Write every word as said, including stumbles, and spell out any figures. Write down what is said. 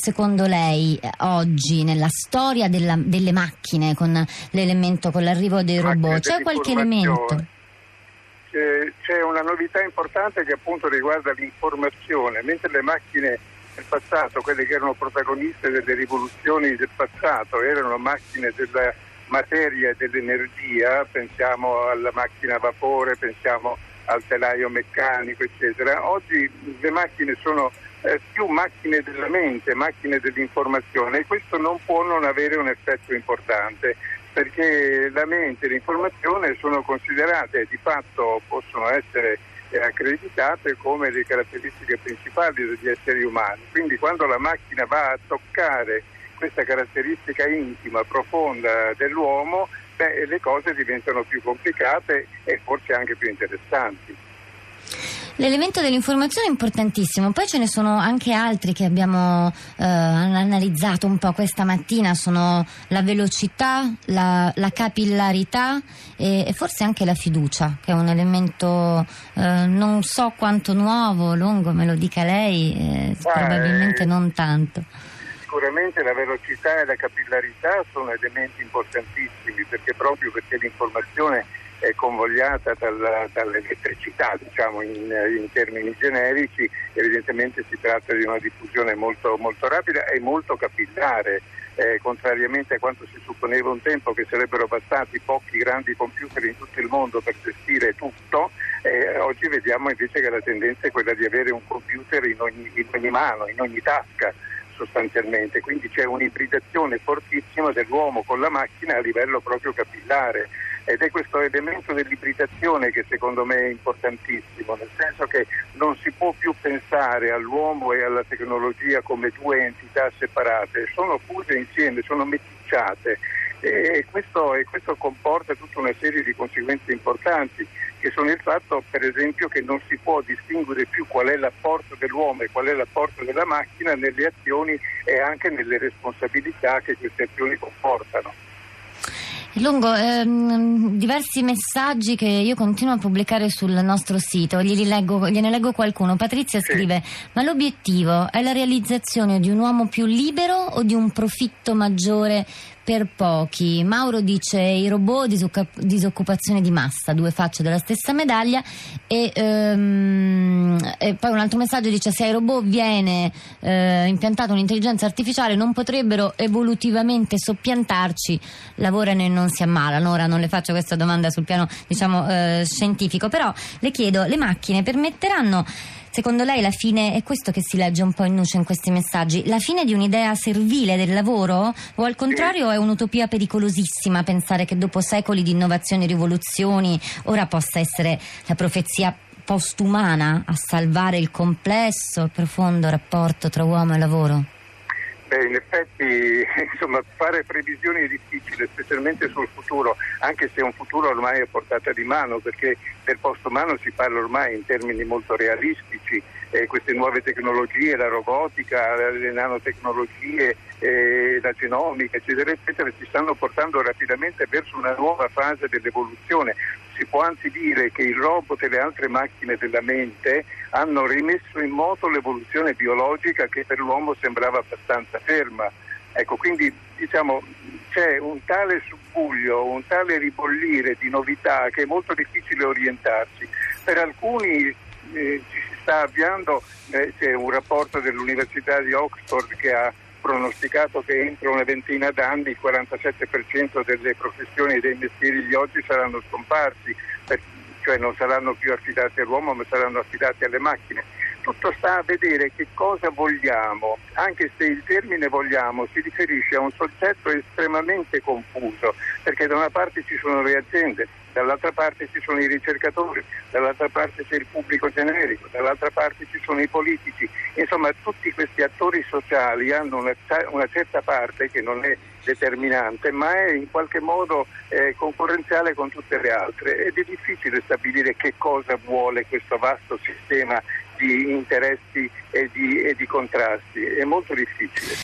secondo lei eh, oggi nella storia della, delle macchine, con l'elemento, con l'arrivo dei robot, c'è qualche elemento? C'è, c'è una novità importante che appunto riguarda l'informazione. Mentre le macchine del passato, quelle che erano protagoniste delle rivoluzioni del passato, erano macchine della materia e dell'energia, pensiamo alla macchina a vapore, pensiamo al telaio meccanico, eccetera. Oggi le macchine sono eh, più macchine della mente, macchine dell'informazione, e questo non può non avere un effetto importante, perché la mente e l'informazione sono considerate, di fatto possono essere eh, accreditate come le caratteristiche principali degli esseri umani. Quindi quando la macchina va a toccare questa caratteristica intima, profonda dell'uomo, beh, le cose diventano più complicate e forse anche più interessanti. L'elemento dell'informazione è importantissimo, poi ce ne sono anche altri che abbiamo eh, analizzato un po' questa mattina, sono la velocità, la, la capillarità e, e forse anche la fiducia, che è un elemento eh, non so quanto nuovo, lungo, me lo dica lei, eh, ah, probabilmente eh... non tanto. Sicuramente la velocità e la capillarità sono elementi importantissimi, perché proprio perché l'informazione è convogliata dalla, dall'elettricità, diciamo in, in termini generici, evidentemente si tratta di una diffusione molto, molto rapida e molto capillare, eh, contrariamente a quanto si supponeva un tempo, che sarebbero bastati pochi grandi computer in tutto il mondo per gestire tutto. Eh, oggi vediamo invece che la tendenza è quella di avere un computer in ogni, in ogni mano, in ogni tasca, sostanzialmente, quindi c'è un'ibridazione fortissima dell'uomo con la macchina a livello proprio capillare, ed è questo elemento dell'ibridazione che secondo me è importantissimo, nel senso che non si può più pensare all'uomo e alla tecnologia come due entità separate, sono fuse insieme, sono meticciate, e questo, e questo comporta tutta una serie di conseguenze importanti, che sono il fatto, per esempio, che non si può distinguere più qual è l'apporto dell'uomo e qual è l'apporto della macchina nelle azioni e anche nelle responsabilità che queste azioni comportano. Lungo, ehm, diversi messaggi che io continuo a pubblicare sul nostro sito, glieli leggo, gliene leggo qualcuno. Patrizia sì. scrive: ma l'obiettivo è la realizzazione di un uomo più libero o di un profitto maggiore per pochi? Mauro dice: i robot, disoccup- disoccupazione di massa, due facce della stessa medaglia. E, ehm, e poi un altro messaggio dice: se ai robot viene eh, impiantata un'intelligenza artificiale non potrebbero evolutivamente soppiantarci, lavorano e non si ammalano. Ora non le faccio questa domanda sul piano, diciamo, eh, scientifico, però le chiedo: le macchine permetteranno, secondo lei, la fine, è questo che si legge un po' in nuce in questi messaggi, la fine di un'idea servile del lavoro? O al contrario è un'utopia pericolosissima pensare che dopo secoli di innovazioni e rivoluzioni ora possa essere la profezia postumana a salvare il complesso e profondo rapporto tra uomo e lavoro? Beh, in effetti, insomma, fare previsioni è difficile, specialmente sul futuro, anche se è un futuro ormai a portata di mano, perché del postumano si parla ormai in termini molto realistici. Eh, queste nuove tecnologie, la robotica, le nanotecnologie, eh, la genomica, eccetera, eccetera, ci stanno portando rapidamente verso una nuova fase dell'evoluzione. Si può anzi dire che il robot e le altre macchine della mente hanno rimesso in moto l'evoluzione biologica che per l'uomo sembrava abbastanza ferma. Ecco, quindi diciamo c'è un tale subbuglio, un tale ribollire di novità che è molto difficile orientarsi. Per alcuni eh, ci si sta avviando, eh, c'è un rapporto dell'Università di Oxford che ha pronosticato che entro una ventina d'anni il quarantasette per cento delle professioni e dei mestieri di oggi saranno scomparsi, per, cioè non saranno più affidati all'uomo ma saranno affidati alle macchine. Tutto sta a vedere che cosa vogliamo, anche se il termine vogliamo si riferisce a un soggetto estremamente confuso, perché da una parte ci sono le aziende, dall'altra parte ci sono i ricercatori, dall'altra parte c'è il pubblico generico, dall'altra parte ci sono i politici. Insomma, tutti questi attori sociali hanno una, una certa parte che non è determinante, ma è in qualche modo eh, concorrenziale con tutte le altre, ed è difficile stabilire che cosa vuole questo vasto sistema di interessi e di, e di contrasti, è molto difficile.